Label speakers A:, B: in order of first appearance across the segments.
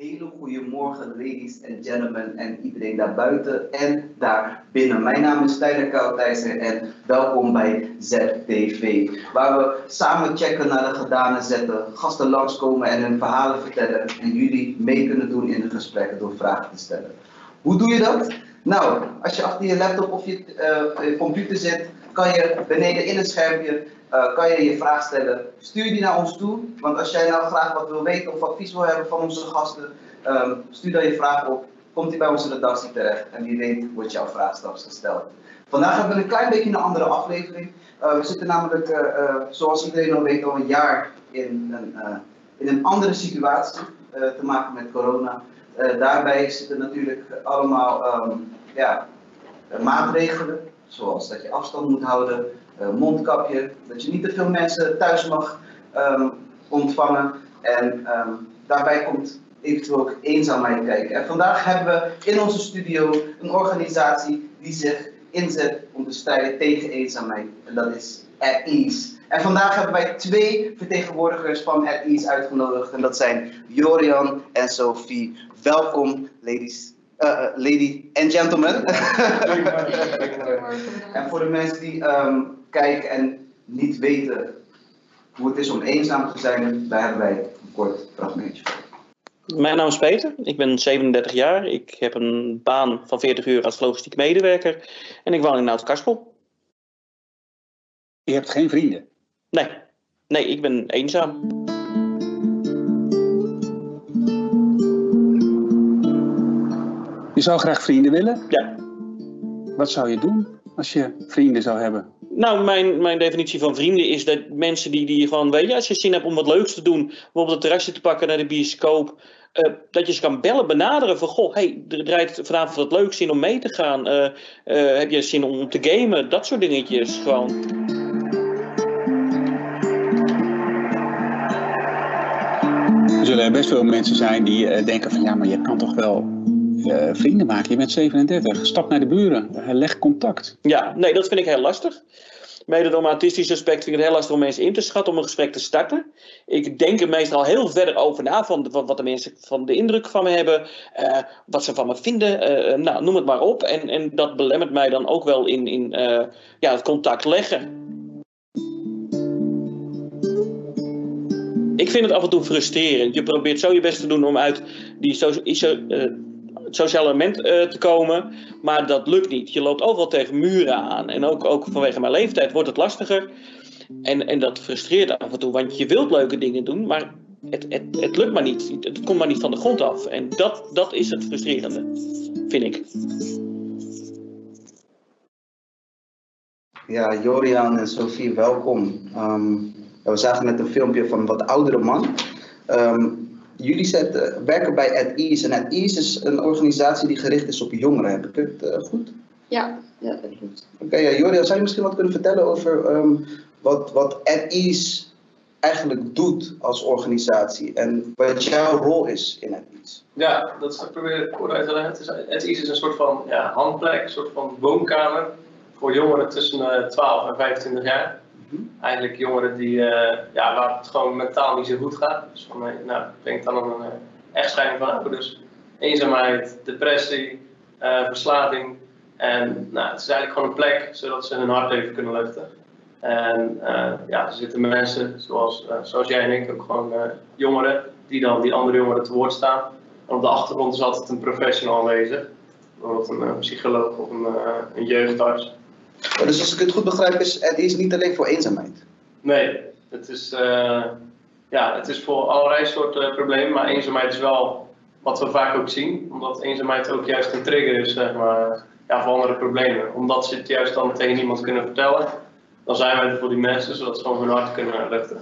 A: hele goede morgen, ladies and gentlemen en iedereen daarbuiten en daar binnen. Mijn naam is Tyler Koudijzer en welkom bij ZTV, waar we samen checken naar de gedane zetten, gasten langskomen en hun verhalen vertellen en jullie mee kunnen doen in de gesprekken door vragen te stellen. Hoe doe je dat? Nou, als je achter je laptop of je computer zit, kan je beneden in het schermpje kan je vraag stellen. Stuur die naar ons toe, want als jij nou graag wat wil weten of advies wil hebben van onze gasten, stuur dan je vraag op, komt die bij onze redactie terecht en wie weet wordt jouw vraag straks gesteld. Vandaag hebben we een klein beetje een andere aflevering. We zitten namelijk, zoals iedereen al weet, al een jaar in een andere situatie te maken met corona. Daarbij zitten natuurlijk allemaal maatregelen, zoals dat je afstand moet houden, mondkapje, dat je niet te veel mensen thuis mag ontvangen en daarbij komt eventueel ook eenzaamheid kijken. En vandaag hebben we in onze studio een organisatie die zich inzet om te strijden tegen eenzaamheid en dat is At Ease. En vandaag hebben wij twee vertegenwoordigers van At Ease uitgenodigd en dat zijn Jorian en Sophie. Welkom, lady and gentlemen. En voor de mensen die kijken en niet weten hoe het is om eenzaam te zijn, daar hebben wij een kort fragmentje voor.
B: Mijn naam is Peter, ik ben 37 jaar. Ik heb een baan van 40 uur als logistiek medewerker en ik woon in Oud-Karspel.
C: Je hebt geen vrienden?
B: Nee, ik ben eenzaam.
C: Je zou graag vrienden willen?
B: Ja. Wat
C: zou je doen als je vrienden zou hebben?
B: Nou, mijn definitie van vrienden is dat mensen die gewoon, weet je, als je zin hebt om wat leuks te doen, bijvoorbeeld het terrasje te pakken naar de bioscoop, dat je ze kan bellen, benaderen van, goh, hey, er draait vanavond wat leuks in om mee te gaan. Heb je zin om te gamen? Dat soort dingetjes gewoon.
C: Er zullen best veel mensen zijn die denken van, ja, maar je kan toch wel vrienden maken. Je bent 37, stap naar de buren, leg contact.
B: Ja, nee, dat vind ik heel lastig. Mede door mijn autistische aspect vind ik het heel lastig om mensen in te schatten, om een gesprek te starten. Ik denk er meestal heel verder over na, van wat de mensen van de indruk van me hebben, wat ze van me vinden, nou, noem het maar op. En dat belemmert mij dan ook wel in het contact leggen. Ik vind het af en toe frustrerend. Je probeert zo je best te doen om uit die het sociale element te komen, maar dat lukt niet. Je loopt overal tegen muren aan en ook vanwege mijn leeftijd wordt het lastiger en dat frustreert af en toe, want je wilt leuke dingen doen, maar het lukt maar niet. Het komt maar niet van de grond af en dat is het frustrerende, vind ik.
A: Ja, Jorian en Sophie, welkom. We zagen net een filmpje van een wat oudere man. Jullie werken bij At Ease en At Ease is een organisatie die gericht is op jongeren. Heb ik het goed?
D: Ja, dat klopt.
A: Oké, Jorian, zou je misschien wat kunnen vertellen over wat At Ease eigenlijk doet als organisatie en wat jouw rol is in At Ease?
E: Ja, dat probeer ik kort uit te leggen. At Ease is een soort van handplek, een soort van woonkamer voor jongeren tussen 12 en 25 jaar. Eigenlijk jongeren die, waar het gewoon mentaal niet zo goed gaat. Dus denk dan aan een echtscheiding van ouders, eenzaamheid, depressie, verslaving. En het is eigenlijk gewoon een plek zodat ze hun hart even kunnen luchten. En er zitten mensen zoals jij en ik, ook gewoon jongeren, die dan die andere jongeren te woord staan. En op de achtergrond is altijd een professional aanwezig. Bijvoorbeeld een psycholoog of een jeugdarts.
A: Dus als ik het goed begrijp, is At Ease niet alleen voor eenzaamheid?
E: Nee, het is voor allerlei soorten problemen, maar eenzaamheid is wel wat we vaak ook zien. Omdat eenzaamheid ook juist een trigger is, zeg maar, voor andere problemen. Omdat ze het juist dan tegen iemand kunnen vertellen, dan zijn wij er voor die mensen, zodat ze gewoon hun hart kunnen luchten.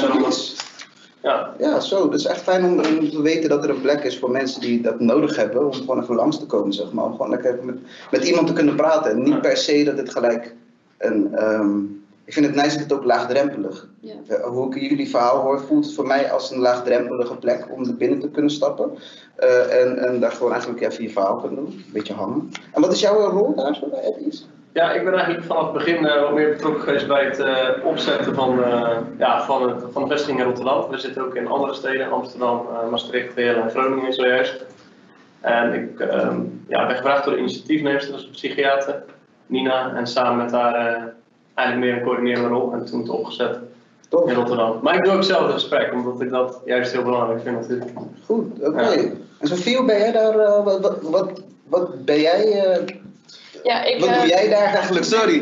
A: Ja, zo. Het is echt fijn om te weten dat er een plek is voor mensen die dat nodig hebben, om gewoon even langs te komen, zeg maar. Om gewoon lekker met iemand te kunnen praten. En niet per se dat het gelijk ik vind het nice dat het ook laagdrempelig. Ja. Hoe ik jullie verhaal hoor, voelt het voor mij als een laagdrempelige plek om er binnen te kunnen stappen. En daar gewoon eigenlijk even je verhaal kunnen doen. Een beetje hangen. En wat is jouw rol daar zo bij At Ease?
E: Ja, ik ben eigenlijk vanaf het begin wat meer betrokken geweest bij het opzetten van de vestiging in Rotterdam. We zitten ook in andere steden, Amsterdam, Maastricht, Heerlen en Groningen zojuist. En ik ben gevraagd door de initiatiefnemers, dat is een psychiater, Nina, en samen met haar eigenlijk meer een coördinerende rol en toen het opgezet in Rotterdam. Maar ik doe ook zelf het gesprek, omdat ik dat juist heel belangrijk vind natuurlijk.
A: Goed, oké. En Sofie, ben jij daar, wat ben jij... Wat doe jij daar eigenlijk? Sorry.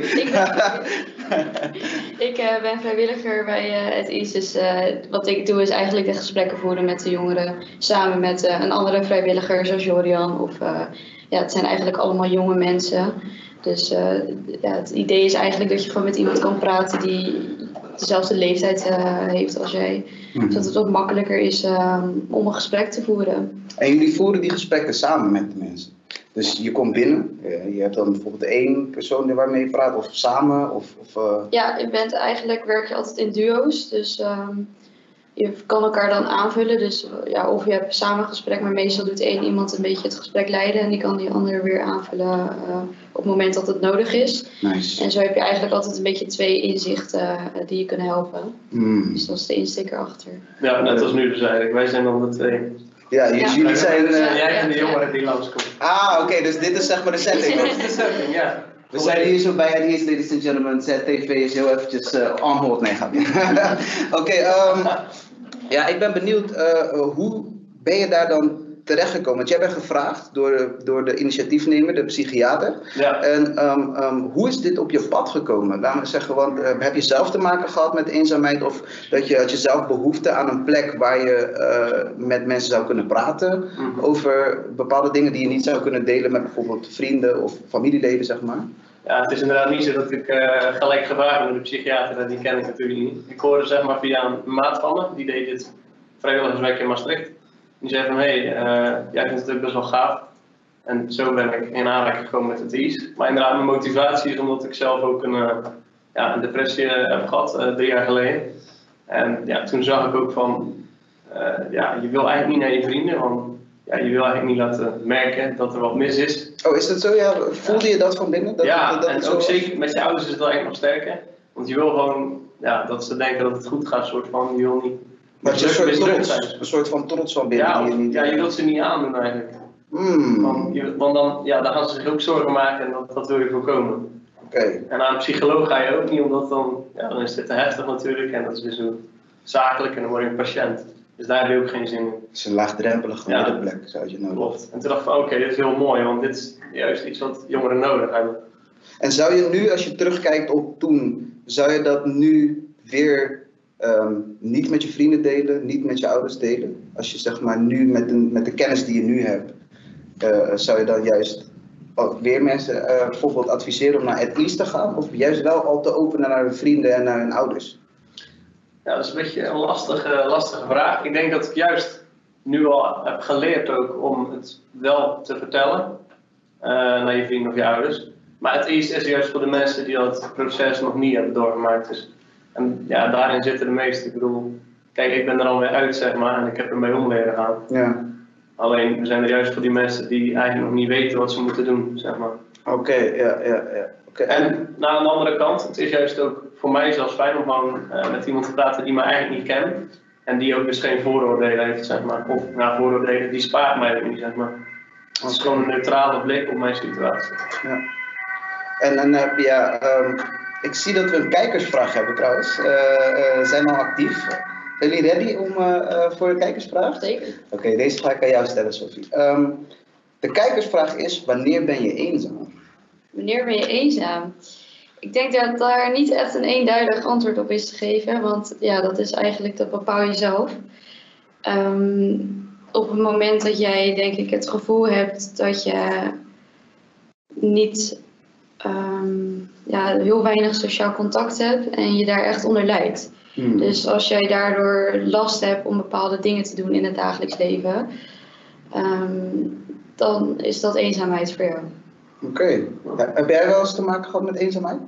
D: Ik ben vrijwilliger bij het IS. Dus wat ik doe is eigenlijk de gesprekken voeren met de jongeren. Samen met een andere vrijwilliger zoals Jorian. Of, het zijn eigenlijk allemaal jonge mensen. Dus het idee is eigenlijk dat je gewoon met iemand kan praten die dezelfde leeftijd heeft als jij. Zodat het wat makkelijker is om een gesprek te voeren.
A: En jullie voeren die gesprekken samen met de mensen? Dus je komt binnen, je hebt dan bijvoorbeeld één persoon waarmee je praat, of samen?
D: Ja, werk je altijd in duo's, dus je kan elkaar dan aanvullen. Dus of je hebt samen een gesprek, maar meestal doet één iemand een beetje het gesprek leiden en die kan die ander weer aanvullen op het moment dat het nodig is.
A: Nice.
D: En zo heb je eigenlijk altijd een beetje twee inzichten die je kunnen helpen. Dus dat is de insteek erachter.
E: Ja, net als nu dus eigenlijk. Wij zijn dan de twee.
A: Ja, jullie zijn...
E: jij en de jongeren die langskomen.
A: Oké, dus dit is zeg maar de setting.
E: Dat is de setting, ja.
A: We zijn hier zo bij het eerst, ladies and gentlemen. ZTV is heel eventjes on hold. Nee, gaat niet. Oké, ik ben benieuwd, hoe ben je daar dan terechtgekomen? Want jij bent gevraagd door de initiatiefnemer, de psychiater.
E: Ja.
A: En hoe is dit op je pad gekomen? Laat me zeggen, want heb je zelf te maken gehad met eenzaamheid? Of had je zelf behoefte aan een plek waar je met mensen zou kunnen praten over bepaalde dingen die je niet zou kunnen delen met bijvoorbeeld vrienden of familieleden, zeg maar?
E: Ja, het is inderdaad niet zo dat ik gelijk gevraagd ben door de psychiater, die ken ik natuurlijk niet. Ik hoorde zeg maar via een maat van me, die deed dit vrijwilligerswerk in Maastricht. Die zei van, jij vindt het ook best wel gaaf. En zo ben ik in aanraking gekomen met het IS. Maar inderdaad, mijn motivatie is omdat ik zelf ook een depressie heb gehad, 3 jaar geleden. En ja, toen zag ik ook van, je wil eigenlijk niet naar je vrienden, want je wil eigenlijk niet laten merken dat er wat mis is.
A: Oh, is dat zo? Ja, voelde je dat van binnen?
E: En ook zeker met je ouders is het wel echt nog sterker. Want je wil gewoon dat ze denken dat het goed gaat, soort van, je wil niet...
A: Maar het is een soort van trots van binnen.
E: Je wilt ze niet aandoen eigenlijk. Want dan gaan ze zich ook zorgen maken en dat wil je voorkomen.
A: Okay.
E: En aan een psycholoog ga je ook niet, omdat dan is dit te heftig natuurlijk en dat is weer zo zakelijk en dan word je een patiënt. Dus daar heb je ook geen zin in.
A: Het is een laagdrempelige middenplek, zou je nodig.
E: Klopt. En toen dacht ik van dit is heel mooi, want dit is juist iets wat jongeren nodig hebben.
A: En zou je nu, als je terugkijkt op toen, zou je dat nu weer niet met je vrienden delen, niet met je ouders delen? Als je zeg maar nu met de kennis die je nu hebt, zou je dan juist weer mensen bijvoorbeeld adviseren om naar het IS te gaan? Of juist wel al te openen naar hun vrienden en naar hun ouders?
E: Ja, dat is een beetje een lastige vraag. Ik denk dat ik juist nu al heb geleerd ook om het wel te vertellen naar je vrienden of je ouders. Maar het IS is juist voor de mensen die dat proces nog niet hebben doorgemaakt. Dus, en ja, daarin zitten de meesten. Ik bedoel, kijk, ik ben er alweer uit, zeg maar, en ik heb ermee om leren gaan.
A: Ja.
E: Alleen, we zijn er juist voor die mensen die eigenlijk nog niet weten wat ze moeten doen, zeg maar.
A: Oké, ja. Okay.
E: En aan de andere kant, het is juist ook voor mij zelfs fijn om gewoon met iemand te praten die mij eigenlijk niet kent. En die ook dus geen vooroordelen heeft, zeg maar. Of vooroordelen, die spaart mij ook niet, zeg maar. Het is gewoon een neutrale blik op mijn situatie.
A: Ja. En ik zie dat we een kijkersvraag hebben trouwens. Zijn we al actief? Zijn jullie ready voor een kijkersvraag?
D: Zeker.
A: Oké, deze ga ik aan jou stellen, Sofie. De kijkersvraag is, wanneer ben je eenzaam?
D: Wanneer ben je eenzaam? Ik denk dat daar niet echt een eenduidig antwoord op is te geven, want dat is eigenlijk, dat bepaal je zelf. Op het moment dat jij, denk ik, het gevoel hebt dat je niet heel weinig sociaal contact hebt en je daar echt onder lijdt. Dus als jij daardoor last hebt om bepaalde dingen te doen in het dagelijks leven, dan is dat eenzaamheid voor jou.
A: Oké. Ja, heb jij wel eens te maken gehad met eenzaamheid?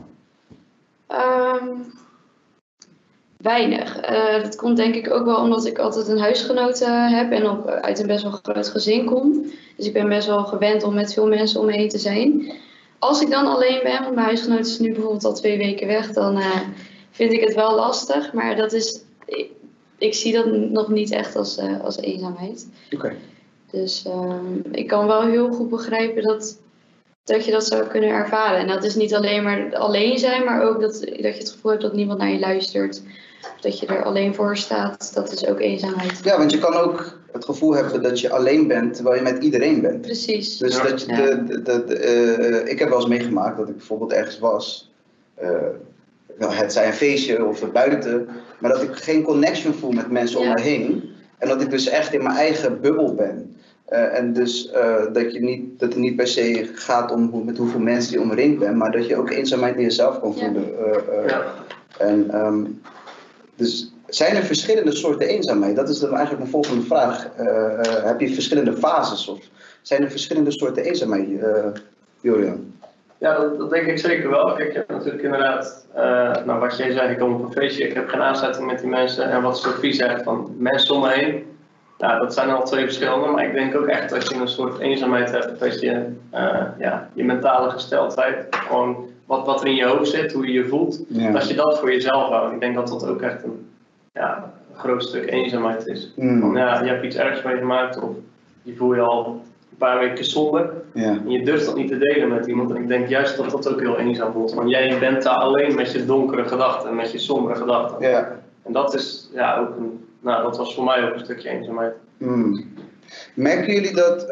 D: Weinig. Dat komt denk ik ook wel omdat ik altijd een huisgenoot heb en uit een best wel groot gezin kom. Dus ik ben best wel gewend om met veel mensen om me heen te zijn. als ik dan alleen ben, want mijn huisgenoot is nu bijvoorbeeld al 2 weken weg, dan vind ik het wel lastig. Maar dat is, ik zie dat nog niet echt als eenzaamheid.
A: Oké.
D: Dus ik kan wel heel goed begrijpen dat je dat zou kunnen ervaren. En dat is niet alleen maar alleen zijn, maar ook dat je het gevoel hebt dat niemand naar je luistert. Of dat je er alleen voor staat, dat is ook eenzaamheid.
A: Ja, want je kan ook het gevoel hebben dat je alleen bent terwijl je met iedereen bent.
D: Precies.
A: Dus dat je ik heb wel eens meegemaakt dat ik bijvoorbeeld ergens was. Het zij een feestje of buiten, maar dat ik geen connection voel met mensen om me heen. En dat ik dus echt in mijn eigen bubbel ben. En dus dat het niet per se gaat om met hoeveel mensen je omringd bent, maar dat je ook eenzaamheid in jezelf kan voelen. En dus zijn er verschillende soorten eenzaamheid? Dat is dan eigenlijk mijn volgende vraag. Heb je verschillende fases of zijn er verschillende soorten eenzaamheid, Jorian?
E: Ja, dat denk ik zeker wel. Kijk, je hebt natuurlijk inderdaad, wat jij zei, ik kom op een feestje, ik heb geen aansluiting met die mensen. En wat Sophie zegt, van mensen om me heen, nou, dat zijn al 2 verschillende. Maar ik denk ook echt dat je een soort eenzaamheid hebt, dat je je mentale gesteldheid, gewoon wat er in je hoofd zit, hoe je je voelt, dat je dat voor jezelf houdt. Ik denk dat dat ook echt een groot stuk eenzaamheid is. Van, je hebt iets ergs meegemaakt of je voel je al een paar weken somber. En je durft dat niet te delen met iemand. En ik denk juist dat dat ook heel eenzaam voelt. Want jij bent daar alleen met je donkere gedachten, met je sombere gedachten. En dat is ook dat was voor mij ook een stukje eenzaamheid.
A: Merken jullie dat,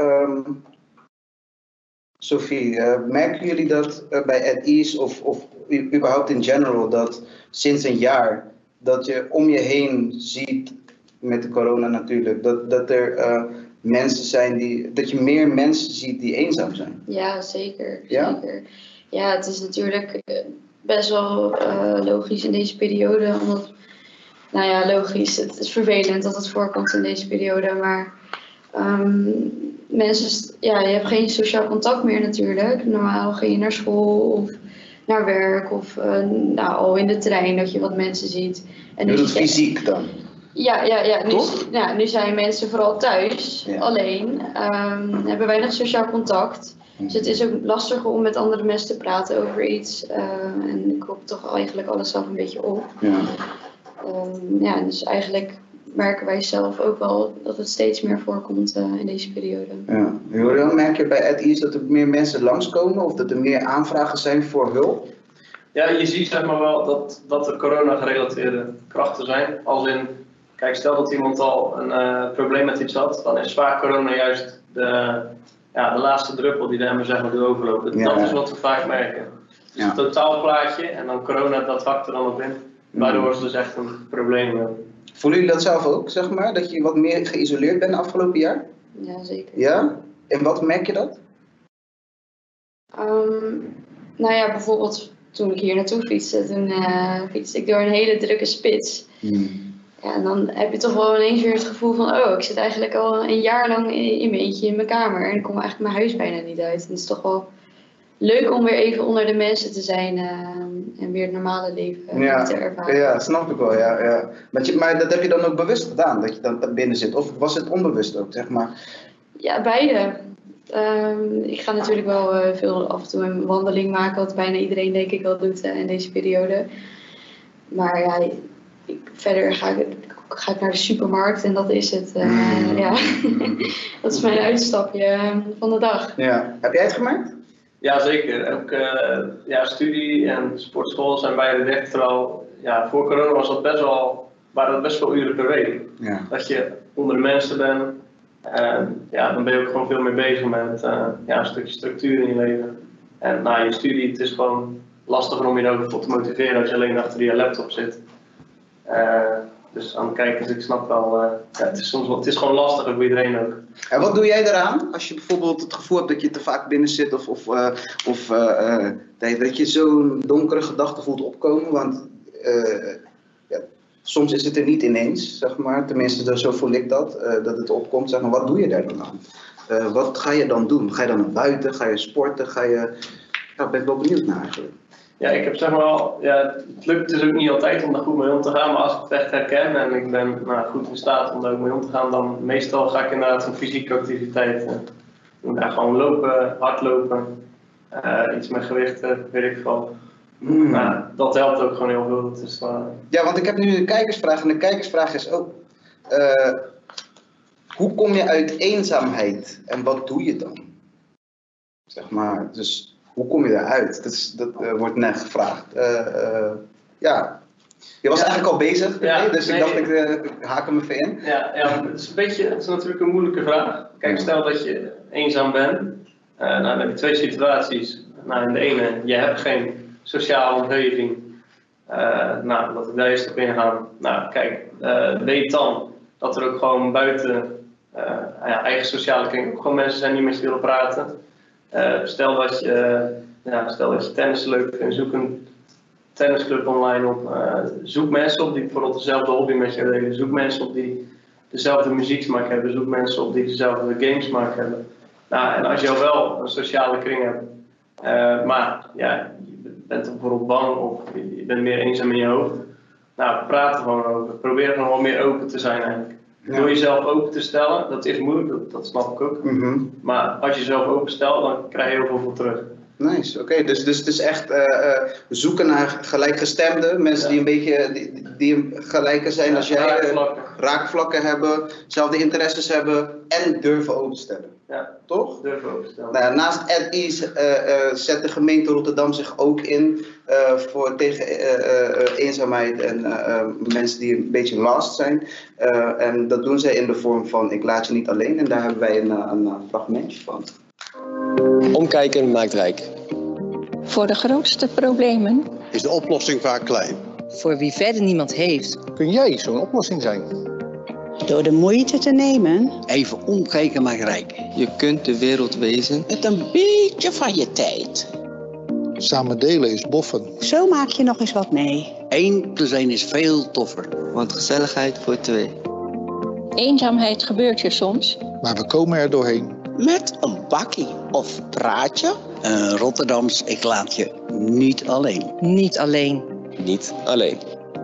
A: Sophie, merken jullie dat bij At Ease of überhaupt in general dat sinds een jaar dat je om je heen ziet, met de corona natuurlijk, dat er mensen zijn dat je meer mensen ziet die eenzaam zijn?
D: Ja, zeker.
A: Ja?
D: Zeker. Ja, het is natuurlijk best wel logisch in deze periode, omdat, logisch, het is vervelend dat het voorkomt in deze periode, maar mensen, je hebt geen sociaal contact meer natuurlijk. Normaal ging je naar school of naar werk of al in de trein dat je wat mensen ziet. En
A: je bedoelt fysiek dan?
D: Ja. Nu zijn mensen vooral thuis, alleen, hebben weinig sociaal contact. Dus het is ook lastiger om met andere mensen te praten over iets. En ik hoop toch eigenlijk alles zelf een beetje op. Dus eigenlijk merken wij zelf ook wel dat het steeds meer voorkomt in deze periode.
A: Ja. Jorian, merk je bij At Ease dat er meer mensen langskomen of dat er meer aanvragen zijn voor hulp?
E: Ja, je ziet zeg maar wel dat er corona-gerelateerde krachten zijn. Als in, kijk, stel dat iemand al een probleem met iets had, dan is vaak corona juist de laatste druppel die de emmer zeg maar doet overlopen. Dat is wat we vaak merken. Dus het totaalplaatje en dan corona, dat hakt er dan op in. Waardoor het dus echt een probleem is.
A: Voelen jullie dat zelf ook, zeg maar? Dat je wat meer geïsoleerd bent afgelopen jaar?
D: Ja, zeker.
A: Ja? En wat merk je dat?
D: Bijvoorbeeld toen ik hier naartoe fietste, toen fietste ik door een hele drukke spits. Ja, en dan heb je toch wel ineens weer het gevoel van, ik zit eigenlijk al een jaar lang in mijn eentje in mijn kamer en ik kom eigenlijk mijn huis bijna niet uit. En het is toch wel leuk om weer even onder de mensen te zijn en weer het normale leven te ervaren. Ja,
A: snap ik wel, ja. Maar dat heb je dan ook bewust gedaan, dat je dan binnen zit? Of was het onbewust ook, zeg maar? Ja,
D: beide. Ik ga natuurlijk wel veel af en toe een wandeling maken, wat bijna iedereen denk ik wel doet in deze periode. Maar verder ga ik naar de supermarkt en dat is het. Dat is mijn uitstapje van de dag.
A: Ja. Heb jij het gemerkt?
E: Ja, zeker. Ook studie en sportschool zijn beide dicht. Terwijl voor corona waren dat best wel uren per week. Ja. Dat je onder de mensen bent. Dan ben je ook gewoon veel meer bezig met een stukje structuur in je leven. En na je studie, het is gewoon lastiger om je er ook voor te motiveren als je alleen achter je laptop zit. Dus aan het kijken, dus ik snap wel, het is gewoon lastiger voor iedereen ook.
A: En wat doe jij daaraan als je bijvoorbeeld het gevoel hebt dat je te vaak binnen zit of dat je zo'n donkere gedachte voelt opkomen? Want soms is het er niet ineens, zeg maar, tenminste zo voel ik dat het opkomt. Zeg maar, wat doe je daar dan aan? Wat ga je dan doen? Ga je dan naar buiten? Ga je sporten? Daar ben ik wel benieuwd naar eigenlijk.
E: Ja, ik heb zeg maar al, het lukt dus ook niet altijd om daar goed mee om te gaan, maar als ik het echt herken en ik ben goed in staat om daar ook mee om te gaan, dan meestal ga ik inderdaad een fysieke activiteit doen. Gewoon lopen, hardlopen, iets met gewichten, weet ik veel. Nou, dat helpt ook gewoon heel veel. Dus,
A: Ja, want ik heb nu een kijkersvraag en de kijkersvraag is ook, hoe kom je uit eenzaamheid en wat doe je dan? Zeg maar, dus hoe kom je eruit? Dat wordt net gevraagd. Ja. Je was eigenlijk al bezig, dus ik dacht ik haak hem even in.
E: Ja, het is natuurlijk een moeilijke vraag. Kijk, stel dat je eenzaam bent. Nou, dan heb je twee situaties. Nou, in de ene, je hebt geen sociale omgeving. Nou, dat ik daar eerst op ingaan. Nou, kijk, weet dan dat er ook gewoon buiten eigen sociale kring ook gewoon mensen zijn die met je willen praten. Stel dat je tennis leuk vindt, zoek een tennisclub online op. Zoek mensen op die bijvoorbeeld dezelfde hobby met je delen. Zoek mensen op die dezelfde muzieksmaak hebben. Zoek mensen op die dezelfde gamesmaak hebben. Nou, en als je al wel een sociale kring hebt, maar ja, je bent bijvoorbeeld bang of je bent meer eenzaam in je hoofd. Nou, praat er gewoon over. Probeer gewoon wat meer open te zijn eigenlijk.
A: Ja.
E: Door jezelf open te stellen, dat is moeilijk, dat snap ik ook. Maar als je jezelf open stelt, dan krijg je heel veel voor terug.
A: Nice, oké. Dus het is echt zoeken naar gelijkgestemden, mensen die een beetje die gelijker zijn als jij, raakvlakken hebben, zelfde interesses hebben en durven openstellen.
E: Ja,
A: toch?
E: Durven openstellen.
A: Nou, naast At-Ease zet de gemeente Rotterdam zich ook in tegen eenzaamheid en mensen die een beetje lost zijn. En dat doen zij in de vorm van Ik laat je niet alleen en daar hebben wij een fragmentje van.
F: Omkijken maakt rijk.
G: Voor de grootste problemen
H: is de oplossing vaak klein.
I: Voor wie verder niemand heeft,
H: kun jij zo'n oplossing zijn?
J: Door de moeite te nemen.
K: Even omkijken maakt rijk.
L: Je kunt de wereld wezen.
K: Met een beetje van je tijd.
H: Samen delen is boffen.
J: Zo maak je nog eens wat mee.
K: 1 + 1 is veel toffer.
L: Want gezelligheid voor 2.
G: Eenzaamheid gebeurt je soms.
H: Maar we komen er doorheen.
K: Met een bakkie of praatje. Rotterdams, ik laat je niet alleen.
I: Niet alleen.
F: Niet alleen.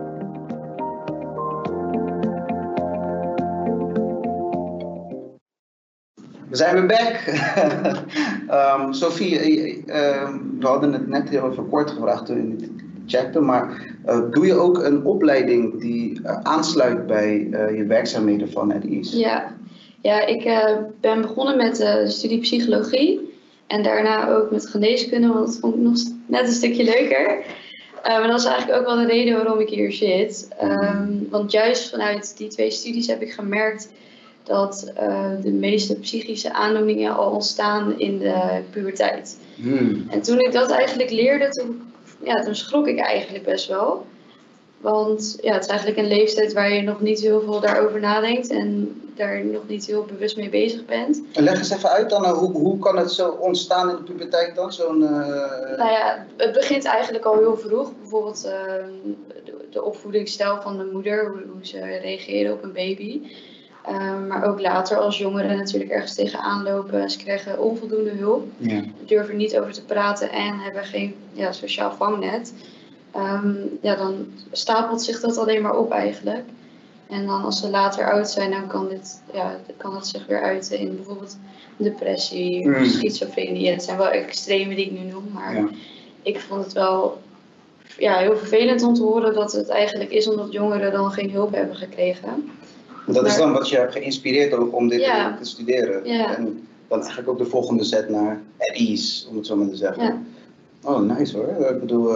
A: We zijn weer back. Sophie, we hadden het net heel even kort gevraagd toen je het checkte, maar doe je ook een opleiding die aansluit bij je werkzaamheden van At-Ease?
D: Ja, ik ben begonnen met de studie psychologie en daarna ook met geneeskunde, want dat vond ik nog net een stukje leuker. Maar dat is eigenlijk ook wel de reden waarom ik hier zit. Want juist vanuit die 2 studies heb ik gemerkt dat de meeste psychische aandoeningen al ontstaan in de puberteit. En toen ik dat eigenlijk leerde, toen schrok ik eigenlijk best wel. Want ja, het is eigenlijk een leeftijd waar je nog niet heel veel daarover nadenkt en daar nog niet heel bewust mee bezig bent.
A: En leg eens even uit dan, hoe kan het zo ontstaan in de puberteit dan?
D: Nou ja, het begint eigenlijk al heel vroeg. Bijvoorbeeld de opvoedingsstijl van de moeder, hoe ze reageren op een baby. Maar ook later als jongeren natuurlijk ergens tegenaan lopen. Ze krijgen onvoldoende hulp, durven niet over te praten en hebben geen sociaal vangnet. Dan stapelt zich dat alleen maar op eigenlijk. En dan als ze later oud zijn, dan kan het zich weer uiten in bijvoorbeeld depressie, schizofrenie. Het zijn wel extreme die ik nu noem, maar ik vond het wel heel vervelend om te horen dat het eigenlijk is omdat jongeren dan geen hulp hebben gekregen.
A: Dat is dan wat je hebt geïnspireerd om dit te studeren.
D: Ja.
A: En dan eigenlijk ook de volgende zet naar At-Ease, om het zo maar te zeggen.
D: Ja.
A: Oh, nice hoor. Ik bedoel,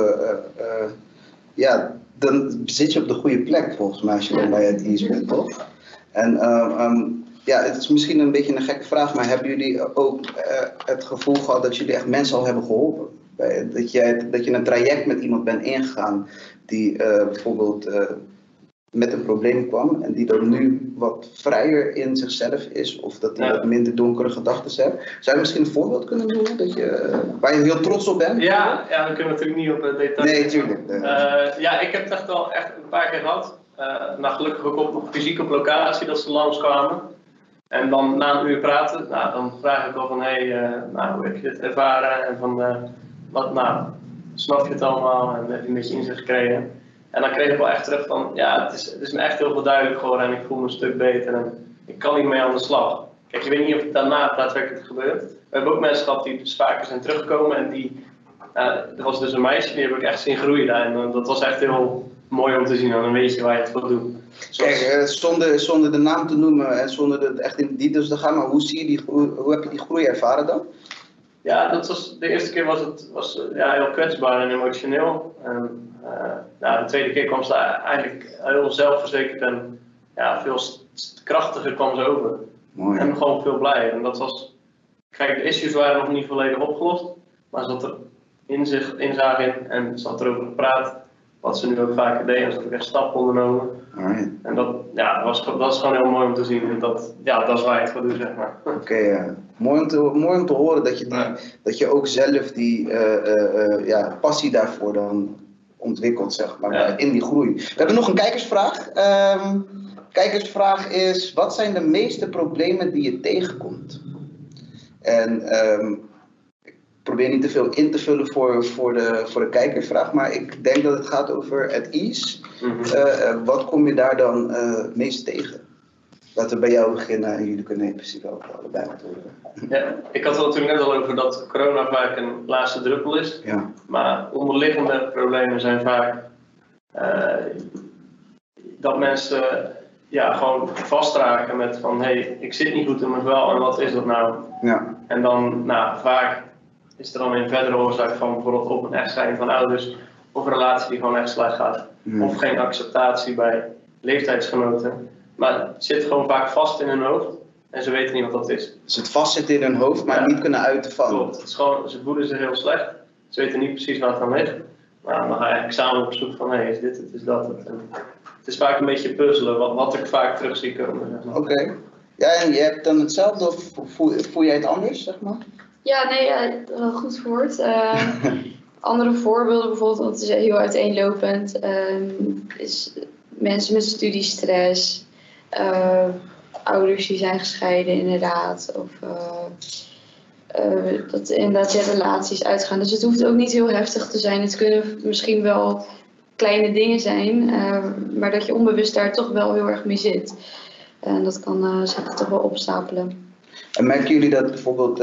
A: dan zit je op de goede plek volgens mij als je dan bij At-Ease bent, toch? En het is misschien een beetje een gekke vraag, maar hebben jullie ook het gevoel gehad dat jullie echt mensen al hebben geholpen? Dat je een traject met iemand bent ingegaan die bijvoorbeeld met een probleem kwam en die dan nu wat vrijer in zichzelf is of dat hij wat minder donkere gedachten heeft. Zou je misschien een voorbeeld kunnen noemen waar je heel trots op bent?
E: Ja, we kunnen natuurlijk niet op details.
A: Nee, tuurlijk.
E: Ik heb het echt al een paar keer gehad. Gelukkig ook op fysiek op locatie dat ze langskwamen. En dan na een uur praten, dan vraag ik al van hoe heb je dit ervaren en van snap je het allemaal en heb je een beetje inzicht gekregen. En dan kreeg ik wel echt terug van, het is me echt heel veel duidelijk geworden en ik voel me een stuk beter en ik kan niet mee aan de slag. kijk, je weet niet of het daarna daadwerkelijk gebeurt. We hebben ook mensen gehad die dus vaker zijn teruggekomen en die, er was dus een meisje, die heb ik echt zien groeien daar. En dat was echt heel mooi om te zien, en dan weet je waar je het voor doet.
A: Kijk, zonder de naam te noemen en zonder het echt in de details te gaan, maar hoe heb je die groei ervaren dan?
E: Ja, dat was, de eerste keer was het heel kwetsbaar en emotioneel. En, de tweede keer kwam ze eigenlijk heel zelfverzekerd en veel krachtiger kwam ze over.
A: Mooi.
E: En gewoon veel blijer. En dat was, kijk, de issues waren nog niet volledig opgelost, maar ze had er inzag in en ze had erover gepraat. Wat ze nu ook vaker deden, en ze had ook echt stappen ondernomen.
A: Alright.
E: En dat is gewoon heel mooi om te zien. En dat is waar je het voor doet, zeg maar.
A: Oké, mooi om te horen dat je ook zelf die passie daarvoor dan ontwikkelt, zeg maar, in die groei. We hebben nog een kijkersvraag. Kijkersvraag is, wat zijn de meeste problemen die je tegenkomt? En ik probeer niet te veel in te vullen voor de kijkersvraag, maar ik denk dat het gaat over het ease. Wat kom je daar dan het meest tegen? Laten we bij jou beginnen en jullie kunnen in principe ook allebei antwoorden.
E: Ja, ik had het natuurlijk net al over dat corona vaak een laatste druppel is.
A: Ja.
E: Maar onderliggende problemen zijn vaak dat mensen gewoon vastraken met van hey, ik zit niet goed in mijn vel en wat is dat nou?
A: Ja.
E: En dan vaak is er dan een verdere oorzaak van bijvoorbeeld op een echtscheiding van ouders of een relatie die gewoon echt slecht gaat. Of geen acceptatie bij leeftijdsgenoten. Maar het zit gewoon vaak vast in hun hoofd en ze weten niet wat dat is.
A: Dus het vastzitten in hun hoofd, maar niet kunnen uiten van.
E: Klopt, het is gewoon, ze voelen zich heel slecht. Ze weten niet precies waar het aan ligt. Maar dan ga je eigenlijk samen op zoek van hey, is dit het, is dat het. En het is vaak een beetje puzzelen, wat ik vaak terug zie komen. Zeg maar.
A: Oké. Ja, en je hebt dan hetzelfde of voel jij het anders, zeg maar?
D: Ja, nee, wel goed verwoord. Andere voorbeelden bijvoorbeeld, want het is heel uiteenlopend, is mensen met studiestress, ouders die zijn gescheiden inderdaad, of dat inderdaad relaties uitgaan. Dus het hoeft ook niet heel heftig te zijn, het kunnen misschien wel kleine dingen zijn, maar dat je onbewust daar toch wel heel erg mee zit. En dat kan zich toch wel opstapelen.
A: En merken jullie dat bijvoorbeeld,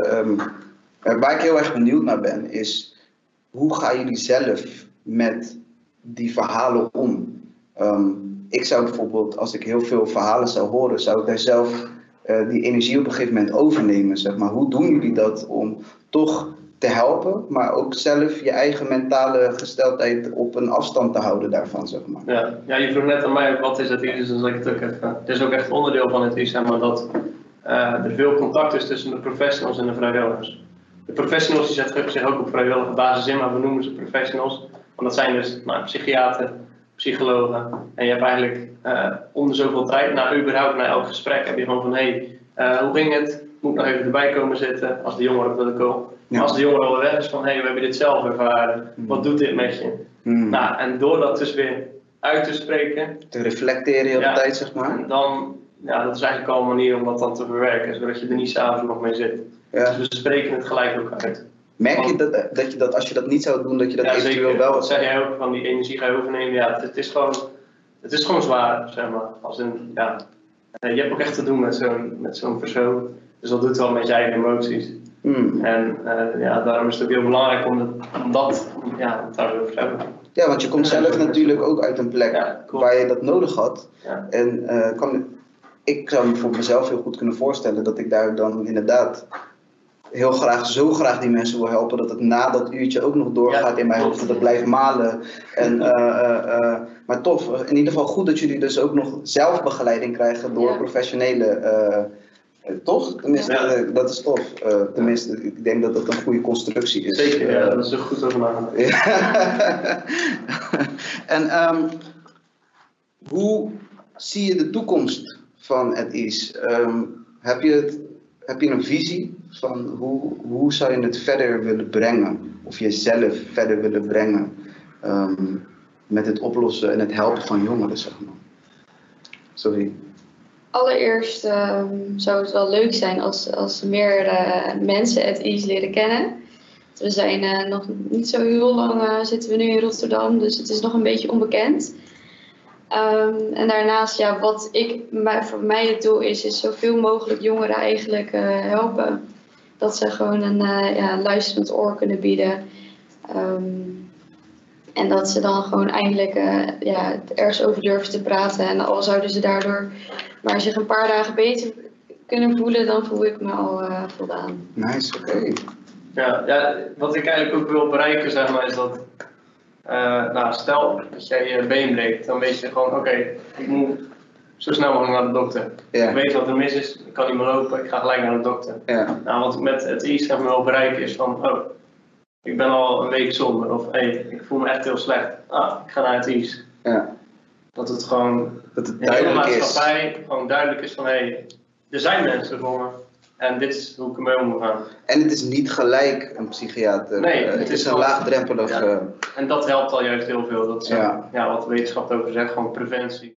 A: waar ik heel erg benieuwd naar ben, is hoe gaan jullie zelf met die verhalen om? Ik zou bijvoorbeeld, als ik heel veel verhalen zou horen, zou ik daar zelf die energie op een gegeven moment overnemen, zeg maar. Hoe doen jullie dat om toch te helpen, maar ook zelf je eigen mentale gesteldheid op een afstand te houden daarvan, zeg maar?
E: Ja, je vroeg net aan mij, wat is het IS? Dan zeg ik het ook even. Het is ook echt onderdeel van het IS, maar dat er veel contact is tussen de professionals en de vrijwilligers. De professionals die zetten zich ook op vrijwillige basis in, maar we noemen ze professionals. Want dat zijn dus psychiater, psychologen. En je hebt eigenlijk om de zoveel tijd, überhaupt na elk gesprek, heb je gewoon van hey, hoe ging het? Moet ik nog even erbij komen zitten als de jongeren willen komen. Ja. Als de jongeren al weg is van hey, we hebben dit zelf ervaren. Wat doet dit met je? Nou, en door dat dus weer uit te spreken.
A: Te reflecteren op de tijd, zeg maar.
E: En dan, dat is eigenlijk al een manier om dat dan te verwerken, zodat je er niet s'avonds nog mee zit. Ja. Dus we spreken het gelijk ook uit.
A: Merk je dat je dat als je dat niet zou doen, dat je dat eventueel
E: zeker.
A: wel...
E: Dat zeg jij ook, van die energie ga je overnemen. Ja, het is gewoon zwaar, zeg maar. Als in, je hebt ook echt te doen met zo'n persoon. Dus dat doet wel met je eigen emoties. En daarom is het ook heel belangrijk om dat daarover te hebben.
A: Ja, want je komt zelf natuurlijk ook uit een plek waar je dat nodig had. Ja. En ik zou me voor mezelf heel goed kunnen voorstellen dat ik daar dan inderdaad zo graag die mensen wil helpen, dat het na dat uurtje ook nog doorgaat in mijn hoofd, dat het blijft malen. En, maar tof, in ieder geval goed dat jullie dus ook nog zelfbegeleiding krijgen door professionele... toch? Tenminste, dat is tof. Tenminste, ik denk dat dat een goede constructie is.
E: Zeker, dat is ook goed over nagedacht.
A: En hoe zie je de toekomst van het IS? Heb je een visie van hoe zou je het verder willen brengen? Of jezelf verder willen brengen met het oplossen en het helpen van jongeren, zeg maar? Sorry.
D: Allereerst zou het wel leuk zijn als meer mensen het IS leren kennen. We zijn nog niet zo heel lang zitten we nu in Rotterdam, dus het is nog een beetje onbekend. En daarnaast, ja, wat voor mij het doel is zoveel mogelijk jongeren eigenlijk helpen. Dat ze gewoon een luisterend oor kunnen bieden. En dat ze dan gewoon eindelijk ergens over durven te praten. En al zouden ze daardoor maar zich een paar dagen beter kunnen voelen, dan voel ik me al voldaan.
A: Nice, oké.
E: Ja, wat ik eigenlijk ook wil bereiken, zeg maar, is dat stel dat jij je been breekt, dan weet je gewoon, oké, ik moet zo snel mogelijk naar de dokter.
A: Ja.
E: Ik weet wat er mis is, ik kan niet meer lopen, ik ga gelijk naar de dokter.
A: Ja.
E: Nou, wat ik met het IS zeg maar wil bereiken is van, ik ben al een week zonder, of ik voel me echt heel slecht. Ik ga naar het IS.
A: Ja.
E: Dat het gewoon
A: dat het
E: in de hele
A: duidelijk
E: maatschappij gewoon duidelijk is van, er zijn mensen voor me. En dit is hoe ik ermee om moet gaan.
A: En het is niet gelijk een psychiater.
E: Nee,
A: het is een laagdrempelig.
E: En dat helpt al juist heel veel. Dat is wat de wetenschap over zegt, gewoon preventie.